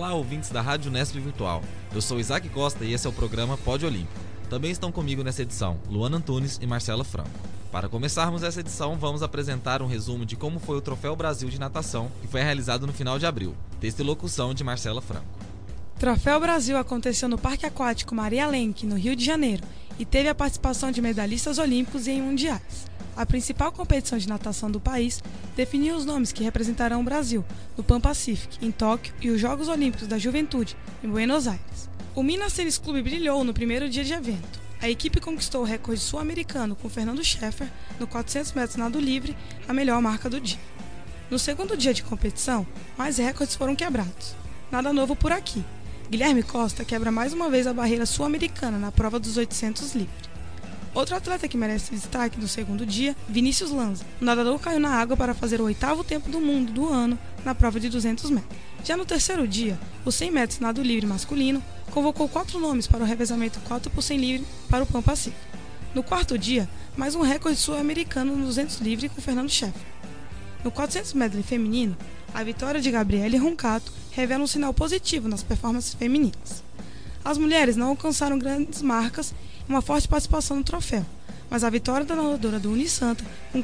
Olá, ouvintes da Rádio Unesp Virtual. Eu sou Isaac Costa e esse é o programa Pódio Olímpico. Também estão comigo nessa edição Luana Antunes e Marcela Franco. Para começarmos essa edição, vamos apresentar um resumo de como foi o Troféu Brasil de Natação, que foi realizado no final de abril. Texto e locução de Marcela Franco. Troféu Brasil aconteceu no Parque Aquático Maria Lenk, no Rio de Janeiro, e teve a participação de medalhistas olímpicos e em mundiais. A principal competição de natação do país definiu os nomes que representarão o Brasil no Pan Pacific, em Tóquio, e os Jogos Olímpicos da Juventude, em Buenos Aires. O Minas Tênis Clube brilhou no primeiro dia de evento. A equipe conquistou o recorde sul-americano com Fernando Scheffer no 400 metros nado livre, a melhor marca do dia. No segundo dia de competição, mais recordes foram quebrados. Nada novo por aqui. Guilherme Costa quebra mais uma vez a barreira sul-americana na prova dos 800 livre. Outro atleta que merece destaque no segundo dia, Vinícius Lanza. O nadador caiu na água para fazer o 8º tempo do mundo do ano na prova de 200 metros. Já no terceiro dia, os 100 metros nado livre masculino convocou 4 nomes para o revezamento 4 por 100 livre para o Pan Pacífico. No quarto dia, mais um recorde sul-americano no 200 livre com Fernando Scheffer. No 400 metros feminino, a vitória de Gabriele Roncato revela um sinal positivo nas performances femininas. As mulheres não alcançaram grandes marcas e uma forte participação no troféu, mas a vitória da nadadora do Unisanta, com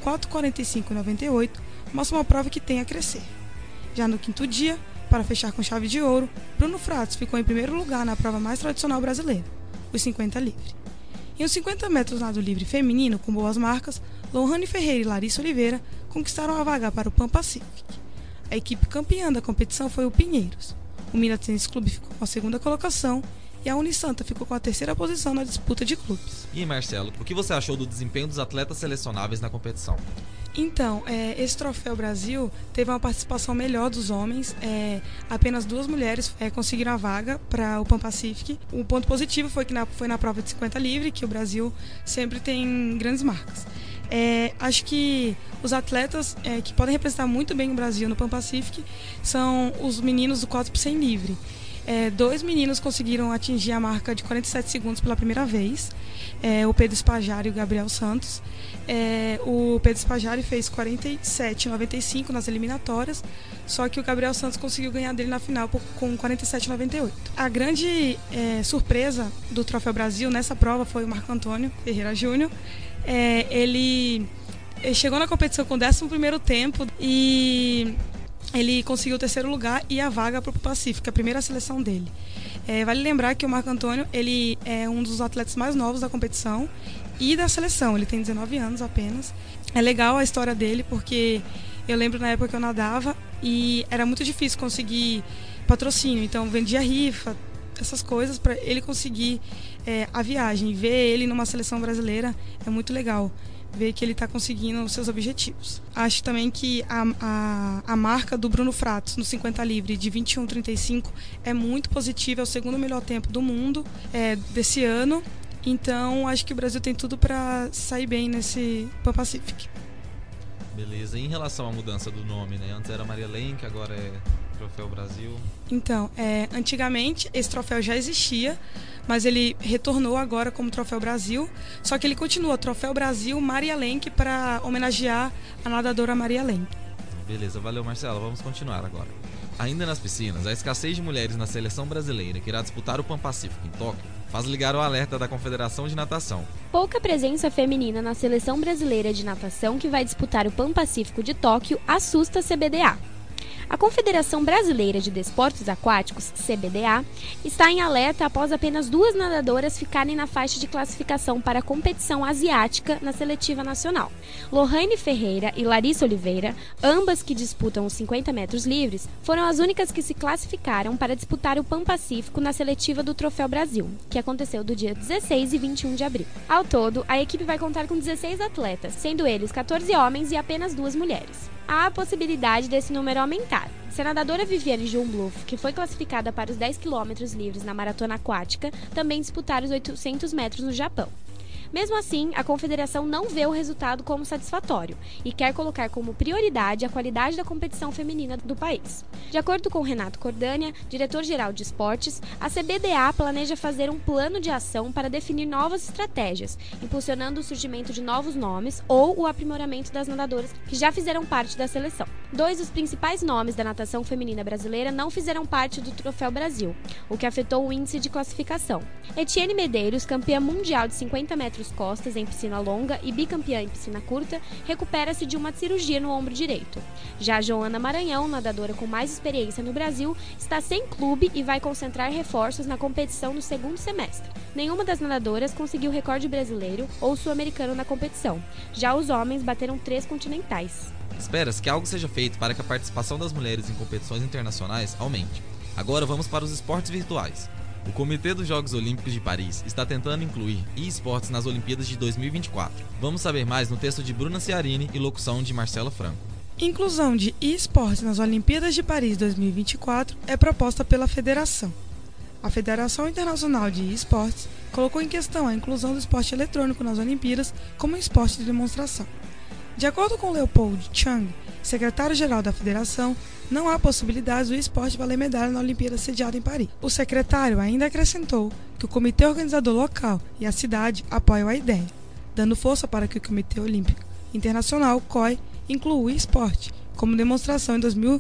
4:45,98, mostra uma prova que tem a crescer. Já no quinto dia, para fechar com chave de ouro, Bruno Fratos ficou em primeiro lugar na prova mais tradicional brasileira, os 50 livre. Em os 50 metros nado livre feminino, com boas marcas, Lohane Ferreira e Larissa Oliveira conquistaram a vaga para o Pan Pacific. A equipe campeã da competição foi o Pinheiros. O Minas Tênis Clube ficou com a segunda colocação e a Unisanta ficou com a terceira posição na disputa de clubes. E Marcelo, o que você achou do desempenho dos atletas selecionáveis na competição? Então, esse Troféu Brasil teve uma participação melhor dos homens. Apenas 2 mulheres conseguiram a vaga para o Pan Pacific. O ponto positivo foi que foi na prova de 50 livre, que o Brasil sempre tem grandes marcas. Acho que os atletas que podem representar muito bem o Brasil no Pan Pacific são os meninos do 4 por 100 livre. 2 meninos conseguiram atingir a marca de 47 segundos pela primeira vez, o Pedro Spajari e o Gabriel Santos. O Pedro Spajari fez 47,95 nas eliminatórias, só que o Gabriel Santos conseguiu ganhar dele na final com 47,98. A grande surpresa do Troféu Brasil nessa prova foi o Marco Antônio Ferreira Júnior. Ele chegou na competição com o 11º tempo e ele conseguiu o 3º lugar e a vaga para o Pacífico, a primeira seleção dele. Vale lembrar que o Marco Antônio ele é um dos atletas mais novos da competição e da seleção. Ele tem 19 anos apenas. É legal a história dele porque eu lembro na época que eu nadava e era muito difícil conseguir patrocínio. Então vendia rifa, essas coisas para ele conseguir a viagem. E ver ele numa seleção brasileira é muito legal. Ver que ele está conseguindo os seus objetivos. Acho também que a marca do Bruno Fratos no 50 livre de 21,35 é muito positiva, é o segundo melhor tempo do mundo desse ano. Então acho que o Brasil tem tudo para sair bem nesse Pan Pacific. Beleza, e em relação à mudança do nome, né? Antes era Maria Lenk, agora é Troféu Brasil. Então, antigamente esse troféu já existia, mas ele retornou agora como Troféu Brasil, só que ele continua Troféu Brasil Maria Lenk para homenagear a nadadora Maria Lenk. Beleza, valeu Marcelo, vamos continuar agora. Ainda nas piscinas, a escassez de mulheres na seleção brasileira que irá disputar o Pan Pacífico em Tóquio faz ligar o alerta da Confederação de Natação. Pouca presença feminina na seleção brasileira de natação que vai disputar o Pan Pacífico de Tóquio assusta a CBDA. A Confederação Brasileira de Desportos Aquáticos, CBDA, está em alerta após apenas 2 nadadoras ficarem na faixa de classificação para a competição asiática na seletiva nacional. Lohane Ferreira e Larissa Oliveira, ambas que disputam os 50 metros livres, foram as únicas que se classificaram para disputar o Pan Pacífico na seletiva do Troféu Brasil, que aconteceu do dia 16 e 21 de abril. Ao todo, a equipe vai contar com 16 atletas, sendo eles 14 homens e apenas 2 mulheres. Há a possibilidade desse número aumentar. Se a nadadora Viviane Jumbluff, que foi classificada para os 10 km livres na maratona aquática, também disputar os 800 metros no Japão. Mesmo assim, a confederação não vê o resultado como satisfatório e quer colocar como prioridade a qualidade da competição feminina do país. De acordo com Renato Cordânia, diretor-geral de esportes, a CBDA planeja fazer um plano de ação para definir novas estratégias, impulsionando o surgimento de novos nomes ou o aprimoramento das nadadoras que já fizeram parte da seleção. Dois dos principais nomes da natação feminina brasileira não fizeram parte do Troféu Brasil, o que afetou o índice de classificação. Etienne Medeiros, campeã mundial de 50 metros costas em piscina longa e bicampeã em piscina curta, recupera-se de uma cirurgia no ombro direito. Já Joana Maranhão, nadadora com mais experiência no Brasil, está sem clube e vai concentrar reforços na competição no segundo semestre. Nenhuma das nadadoras conseguiu recorde brasileiro ou sul-americano na competição. Já os homens bateram 3 continentais. Espera-se que algo seja feito para que a participação das mulheres em competições internacionais aumente. Agora vamos para os esportes virtuais. O Comitê dos Jogos Olímpicos de Paris está tentando incluir e-esportes nas Olimpíadas de 2024. Vamos saber mais no texto de Bruna Ciarini e locução de Marcela Franco. Inclusão de e-esportes nas Olimpíadas de Paris 2024 é proposta pela Federação. A Federação Internacional de E-Esportes colocou em questão a inclusão do esporte eletrônico nas Olimpíadas como um esporte de demonstração. De acordo com Leopold Chang, secretário-geral da Federação, não há possibilidade do esporte valer medalha na Olimpíada sediada em Paris. O secretário ainda acrescentou que o comitê organizador local e a cidade apoiam a ideia, dando força para que o Comitê Olímpico Internacional, COI, inclua o esporte como demonstração em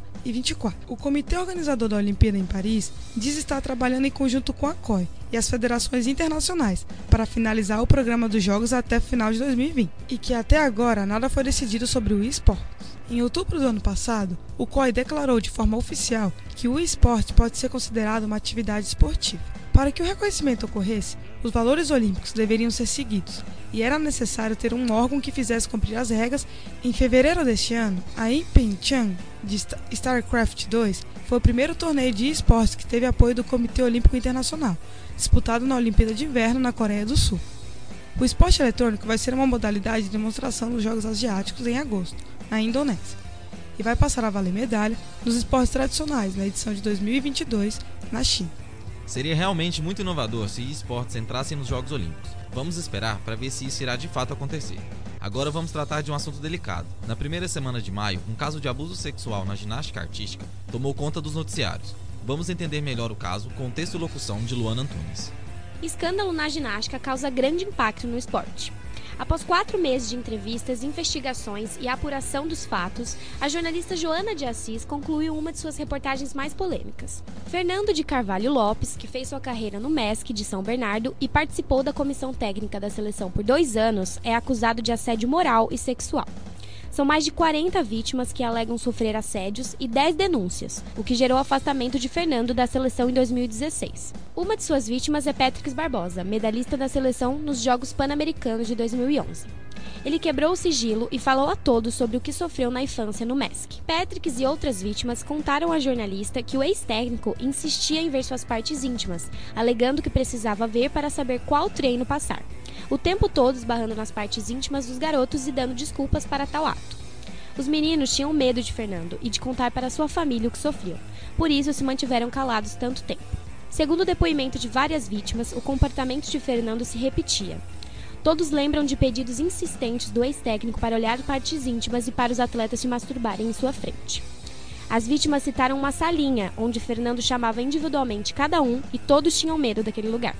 2024. O comitê organizador da Olimpíada em Paris diz estar trabalhando em conjunto com a COI e as federações internacionais para finalizar o programa dos Jogos até o final de 2020 e que até agora nada foi decidido sobre o esporte. Em outubro do ano passado, o COI declarou de forma oficial que o esporte pode ser considerado uma atividade esportiva. Para que o reconhecimento ocorresse, os valores olímpicos deveriam ser seguidos e era necessário ter um órgão que fizesse cumprir as regras. Em fevereiro deste ano, a Pyeongchang de StarCraft 2 foi o primeiro torneio de esportes que teve apoio do Comitê Olímpico Internacional, disputado na Olimpíada de Inverno na Coreia do Sul. O esporte eletrônico vai ser uma modalidade de demonstração nos Jogos Asiáticos em agosto, na Indonésia, e vai passar a valer medalha nos esportes tradicionais na edição de 2022 na China. Seria realmente muito inovador se esportes entrassem nos Jogos Olímpicos. Vamos esperar para ver se isso irá de fato acontecer. Agora vamos tratar de um assunto delicado. Na primeira semana de maio, um caso de abuso sexual na ginástica artística tomou conta dos noticiários. Vamos entender melhor o caso com texto e locução de Luana Antunes. Escândalo na ginástica causa grande impacto no esporte. Após 4 meses de entrevistas, investigações e apuração dos fatos, a jornalista Joana de Assis concluiu uma de suas reportagens mais polêmicas. Fernando de Carvalho Lopes, que fez sua carreira no MESC de São Bernardo e participou da comissão técnica da seleção por 2 anos, é acusado de assédio moral e sexual. São mais de 40 vítimas que alegam sofrer assédios e 10 denúncias, o que gerou o afastamento de Fernando da seleção em 2016. Uma de suas vítimas é Patrick Barbosa, medalhista da seleção nos Jogos Pan-Americanos de 2011. Ele quebrou o sigilo e falou a todos sobre o que sofreu na infância no MESC. Patrick e outras vítimas contaram à jornalista que o ex-técnico insistia em ver suas partes íntimas, alegando que precisava ver para saber qual treino passar. O tempo todo esbarrando nas partes íntimas dos garotos e dando desculpas para tal ato. Os meninos tinham medo de Fernando e de contar para sua família o que sofriam, por isso se mantiveram calados tanto tempo. Segundo o depoimento de várias vítimas, o comportamento de Fernando se repetia. Todos lembram de pedidos insistentes do ex-técnico para olhar partes íntimas e para os atletas se masturbarem em sua frente. As vítimas citaram uma salinha, onde Fernando chamava individualmente cada um e todos tinham medo daquele lugar.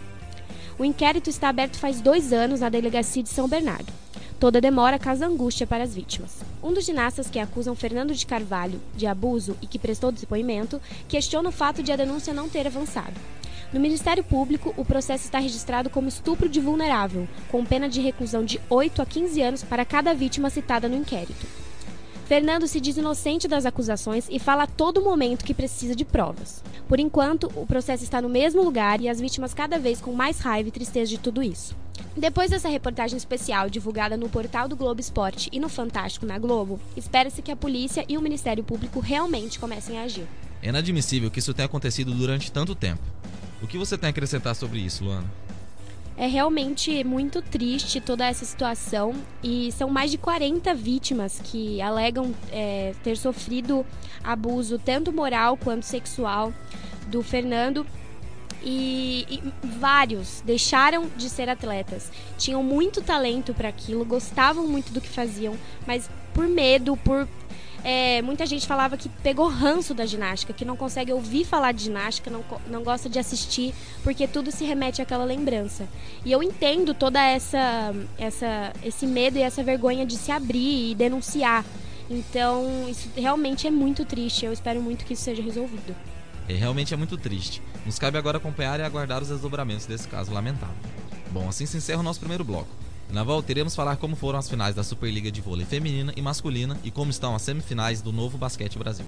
O inquérito está aberto faz 2 anos na delegacia de São Bernardo. Toda demora causa angústia para as vítimas. Um dos ginastas que acusam Fernando de Carvalho de abuso e que prestou depoimento questiona o fato de a denúncia não ter avançado. No Ministério Público, o processo está registrado como estupro de vulnerável, com pena de reclusão de 8 a 15 anos para cada vítima citada no inquérito. Fernando se diz inocente das acusações e fala a todo momento que precisa de provas. Por enquanto, o processo está no mesmo lugar e as vítimas cada vez com mais raiva e tristeza de tudo isso. Depois dessa reportagem especial divulgada no portal do Globo Esporte e no Fantástico na Globo, espera-se que a polícia e o Ministério Público realmente comecem a agir. É inadmissível que isso tenha acontecido durante tanto tempo. O que você tem a acrescentar sobre isso, Luana? É realmente muito triste toda essa situação e são mais de 40 vítimas que alegam ter sofrido abuso tanto moral quanto sexual do Fernando e vários deixaram de ser atletas. Tinham muito talento para aquilo, gostavam muito do que faziam, mas por medo, muita gente falava que pegou ranço da ginástica, que não consegue ouvir falar de ginástica, não gosta de assistir, porque tudo se remete àquela lembrança. E eu entendo toda esse medo e essa vergonha de se abrir e denunciar. Então, isso realmente é muito triste. Eu espero muito que isso seja resolvido. Realmente é muito triste. Nos cabe agora acompanhar e aguardar os desdobramentos desse caso lamentável. Bom, assim se encerra o nosso primeiro bloco. Na volta, iremos falar como foram as finais da Superliga de Vôlei feminina e masculina e como estão as semifinais do Novo Basquete Brasil.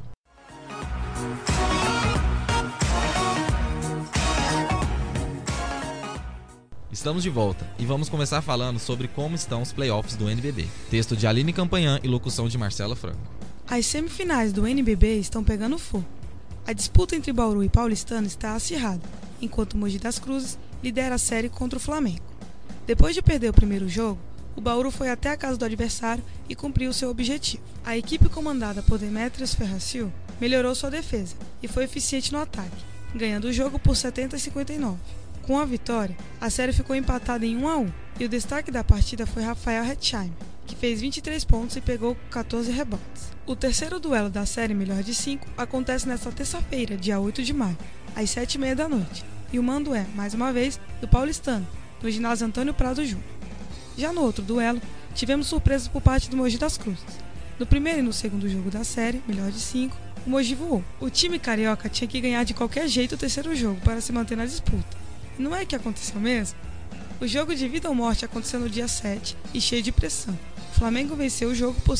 Estamos de volta e vamos começar falando sobre como estão os playoffs do NBB. Texto de Aline Campanhã e locução de Marcela Franco. As semifinais do NBB estão pegando fogo. A disputa entre Bauru e Paulistano está acirrada, enquanto o Mogi das Cruzes lidera a série contra o Flamengo. Depois de perder o primeiro jogo, o Bauru foi até a casa do adversário e cumpriu seu objetivo. A equipe comandada por Demetrios Ferracil melhorou sua defesa e foi eficiente no ataque, ganhando o jogo por 70-59. Com a vitória, a série ficou empatada em 1-1 e o destaque da partida foi Rafael Hetzheimer, que fez 23 pontos e pegou 14 rebotes. O terceiro duelo da série melhor de 5 acontece nesta terça-feira, dia 8 de maio, às 7h30 da noite, e o mando é, mais uma vez, do Paulistano, no ginásio Antônio Prado Júnior. Já no outro duelo, tivemos surpresas por parte do Mogi das Cruzes. No primeiro e no segundo jogo da série, melhor de 5, o Mogi voou. O time carioca tinha que ganhar de qualquer jeito o terceiro jogo para se manter na disputa. E não é que aconteceu mesmo? O jogo de vida ou morte aconteceu no dia 7 e cheio de pressão. O Flamengo venceu o jogo por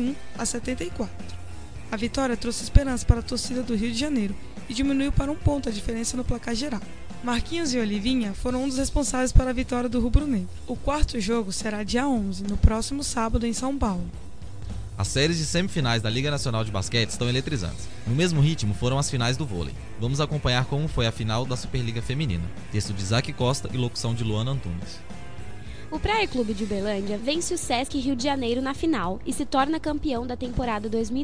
71-74. A vitória trouxe esperança para a torcida do Rio de Janeiro e diminuiu para 1 ponto a diferença no placar geral. Marquinhos e Olivinha foram um dos responsáveis pela vitória do rubro-negro. O quarto jogo será dia 11, no próximo sábado, em São Paulo. As séries de semifinais da Liga Nacional de Basquete estão eletrizantes. No mesmo ritmo foram as finais do vôlei. Vamos acompanhar como foi a final da Superliga Feminina. Texto de Isaac Costa e locução de Luana Antunes. O Praia Clube de Uberlândia vence o Sesc Rio de Janeiro na final e se torna campeão da temporada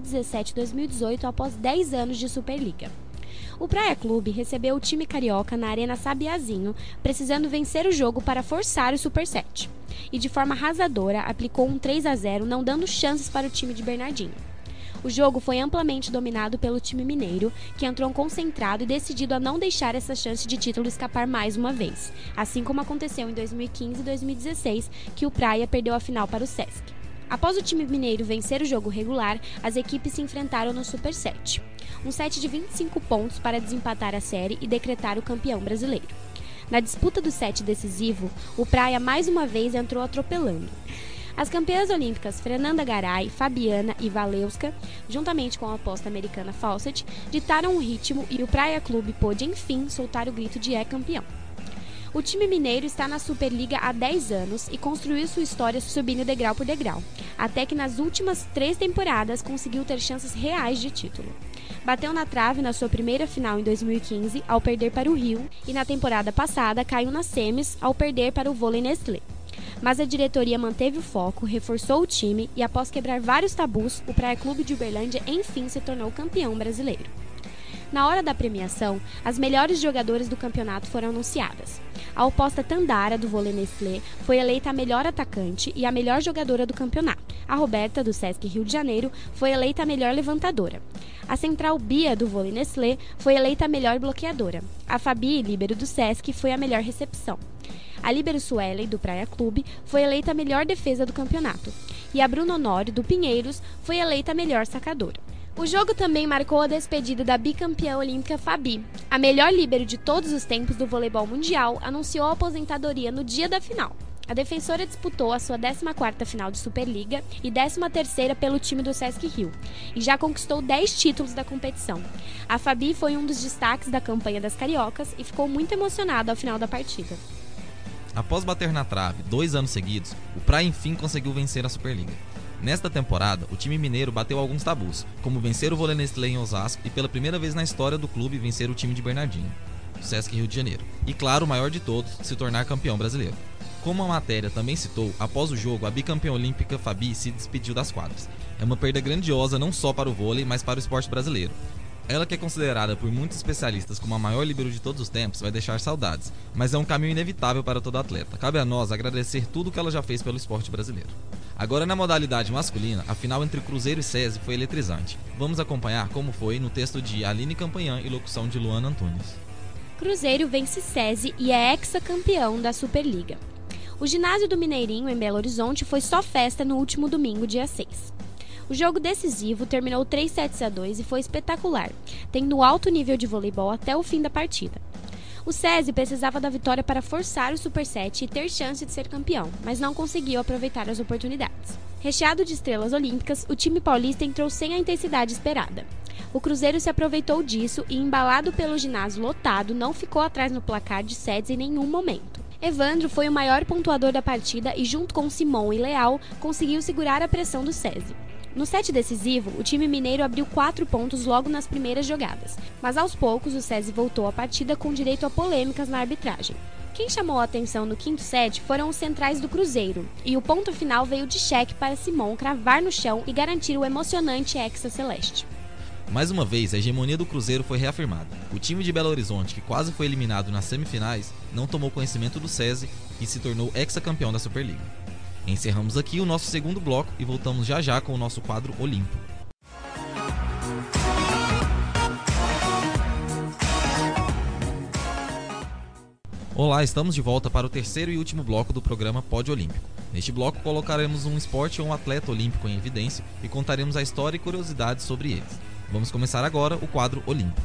2017-2018 após 10 anos de Superliga. O Praia Clube recebeu o time carioca na Arena Sabiazinho, precisando vencer o jogo para forçar o Super 7. E de forma arrasadora aplicou um 3-0, não dando chances para o time de Bernardinho. O jogo foi amplamente dominado pelo time mineiro, que entrou concentrado e decidido a não deixar essa chance de título escapar mais uma vez, assim como aconteceu em 2015 e 2016, que o Praia perdeu a final para o Sesc. Após o time mineiro vencer o jogo regular, as equipes se enfrentaram no Super 7. Um set de 25 pontos para desempatar a série e decretar o campeão brasileiro. Na disputa do set decisivo, o Praia mais uma vez entrou atropelando. As campeãs olímpicas Fernanda Garay, Fabiana e Valeuska, juntamente com a aposta americana Fawcett, ditaram o ritmo e o Praia Clube pôde, enfim, soltar o grito de é campeão. O time mineiro está na Superliga há 10 anos e construiu sua história subindo degrau por degrau, até que nas últimas 3 temporadas conseguiu ter chances reais de título. Bateu na trave na sua primeira final em 2015, ao perder para o Rio, e na temporada passada caiu nas semis, ao perder para o Vôlei Nestlé. Mas a diretoria manteve o foco, reforçou o time e, após quebrar vários tabus, o Praia Clube de Uberlândia enfim se tornou campeão brasileiro. Na hora da premiação, as melhores jogadoras do campeonato foram anunciadas. A oposta Tandara, do Vôlei Nestlé, foi eleita a melhor atacante e a melhor jogadora do campeonato. A Roberta, do Sesc Rio de Janeiro, foi eleita a melhor levantadora. A central Bia, do Vôlei Nestlé, foi eleita a melhor bloqueadora. A Fabi, líbero do Sesc, foi a melhor recepção. A líbero Suelen, do Praia Clube, foi eleita a melhor defesa do campeonato. E a Bruna Honório, do Pinheiros, foi eleita a melhor sacadora. O jogo também marcou a despedida da bicampeã olímpica Fabi. A melhor líbero de todos os tempos do voleibol mundial anunciou a aposentadoria no dia da final. A defensora disputou a sua 14ª final de Superliga e 13ª pelo time do Sesc Rio, e já conquistou 10 títulos da competição. A Fabi foi um dos destaques da campanha das cariocas e ficou muito emocionada ao final da partida. Após bater na trave 2 anos seguidos, o Praia enfim conseguiu vencer a Superliga. Nesta temporada, o time mineiro bateu alguns tabus, como vencer o Vôlei Nestlé em Osasco e pela primeira vez na história do clube vencer o time de Bernardinho, o Sesc Rio de Janeiro. E claro, o maior de todos, se tornar campeão brasileiro. Como a matéria também citou, após o jogo, a bicampeã olímpica Fabi se despediu das quadras. É uma perda grandiosa não só para o vôlei, mas para o esporte brasileiro. Ela, que é considerada por muitos especialistas como a maior líbero de todos os tempos, vai deixar saudades, mas é um caminho inevitável para todo atleta. Cabe a nós agradecer tudo o que ela já fez pelo esporte brasileiro. Agora, na modalidade masculina, a final entre Cruzeiro e SESI foi eletrizante. Vamos acompanhar como foi no texto de Aline Campanhã e locução de Luana Antunes. Cruzeiro vence SESI e é hexacampeão da Superliga. O ginásio do Mineirinho, em Belo Horizonte, foi só festa no último domingo, dia 6. O jogo decisivo terminou 3-2 e foi espetacular, tendo alto nível de voleibol até o fim da partida. O SESI precisava da vitória para forçar o Super 7 e ter chance de ser campeão, mas não conseguiu aproveitar as oportunidades. Recheado de estrelas olímpicas, o time paulista entrou sem a intensidade esperada. O Cruzeiro se aproveitou disso e, embalado pelo ginásio lotado, não ficou atrás no placar de sets em nenhum momento. Evandro foi o maior pontuador da partida e, junto com Simon e Leal, conseguiu segurar a pressão do SESI. No set decisivo, o time mineiro abriu 4 pontos logo nas primeiras jogadas, mas aos poucos o SESI voltou à partida com direito a polêmicas na arbitragem. Quem chamou a atenção no quinto set foram os centrais do Cruzeiro, e o ponto final veio de cheque para Simon cravar no chão e garantir o emocionante Hexa Celeste. Mais uma vez, a hegemonia do Cruzeiro foi reafirmada. O time de Belo Horizonte, que quase foi eliminado nas semifinais, não tomou conhecimento do SESI e se tornou hexacampeão da Superliga. Encerramos aqui o nosso segundo bloco e voltamos já já com o nosso quadro Olimpo. Olá, estamos de volta para o terceiro e último bloco do programa Pódio Olímpico. Neste bloco colocaremos um esporte ou um atleta olímpico em evidência e contaremos a história e curiosidades sobre eles. Vamos começar agora o quadro Olimpo.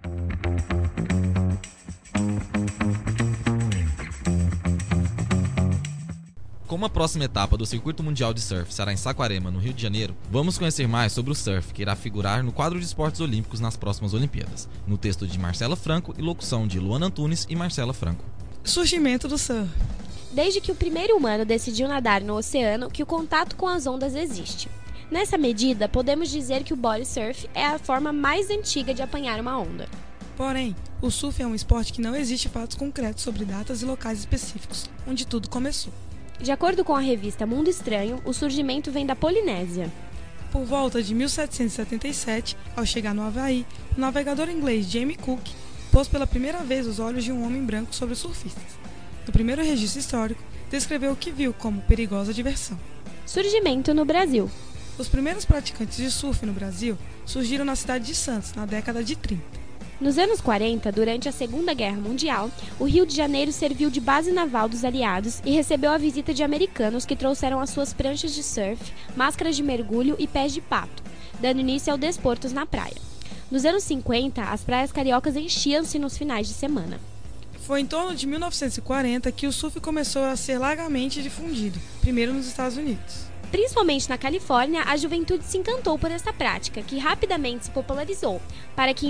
Como a próxima etapa do Circuito Mundial de Surf será em Saquarema, no Rio de Janeiro, vamos conhecer mais sobre o surf, que irá figurar no quadro de esportes olímpicos nas próximas Olimpíadas, no texto de Marcela Franco e locução de Luana Antunes e Marcela Franco. Surgimento do surf. Desde que o primeiro humano decidiu nadar no oceano, que o contato com as ondas existe. Nessa medida, podemos dizer que o body surf é a forma mais antiga de apanhar uma onda. Porém, o surf é um esporte que não existe fatos concretos sobre datas e locais específicos, onde tudo começou. De acordo com a revista Mundo Estranho, o surgimento vem da Polinésia. Por volta de 1777, ao chegar no Havaí, o navegador inglês James Cook pôs pela primeira vez os olhos de um homem branco sobre os surfistas. No primeiro registro histórico, descreveu o que viu como perigosa diversão. Surgimento no Brasil. Os primeiros praticantes de surf no Brasil surgiram na cidade de Santos, na década de 30. Nos anos 40, durante a Segunda Guerra Mundial, o Rio de Janeiro serviu de base naval dos aliados e recebeu a visita de americanos que trouxeram as suas pranchas de surf, máscaras de mergulho e pés de pato, dando início aos desportos na praia. Nos anos 50, as praias cariocas enchiam-se nos finais de semana. Foi em torno de 1940 que o surf começou a ser largamente difundido, primeiro nos Estados Unidos. Principalmente na Califórnia, a juventude se encantou por essa prática, que rapidamente se popularizou, para que em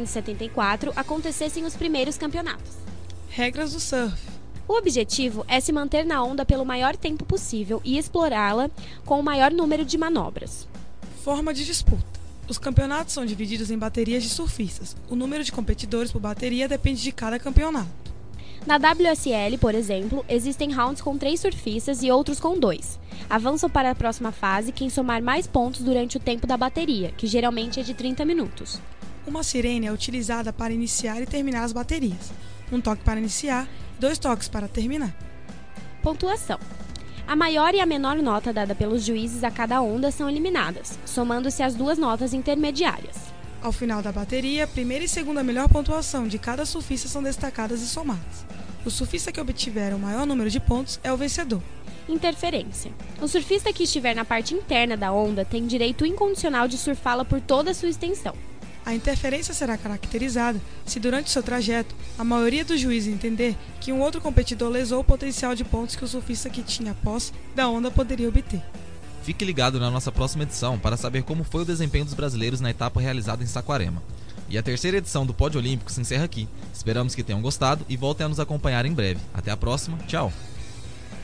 1974 acontecessem os primeiros campeonatos. Regras do surf. O objetivo é se manter na onda pelo maior tempo possível e explorá-la com o maior número de manobras. Forma de disputa. Os campeonatos são divididos em baterias de surfistas. O número de competidores por bateria depende de cada campeonato. Na WSL, por exemplo, existem rounds com 3 surfistas e outros com 2. Avançam para a próxima fase quem somar mais pontos durante o tempo da bateria, que geralmente é de 30 minutos. Uma sirene é utilizada para iniciar e terminar as baterias. Um toque para iniciar e 2 toques para terminar. Pontuação. A maior e a menor nota dada pelos juízes a cada onda são eliminadas, somando-se as 2 notas intermediárias. Ao final da bateria, a primeira e segunda melhor pontuação de cada surfista são destacadas e somadas. O surfista que obtiver o maior número de pontos é o vencedor. Interferência. O surfista que estiver na parte interna da onda tem direito incondicional de surfá-la por toda a sua extensão. A interferência será caracterizada se, durante seu trajeto, a maioria dos juízes entender que um outro competidor lesou o potencial de pontos que o surfista que tinha posse da onda poderia obter. Fique ligado na nossa próxima edição para saber como foi o desempenho dos brasileiros na etapa realizada em Saquarema. E a terceira edição do Pódio Olímpico se encerra aqui. Esperamos que tenham gostado e voltem a nos acompanhar em breve. Até a próxima, tchau!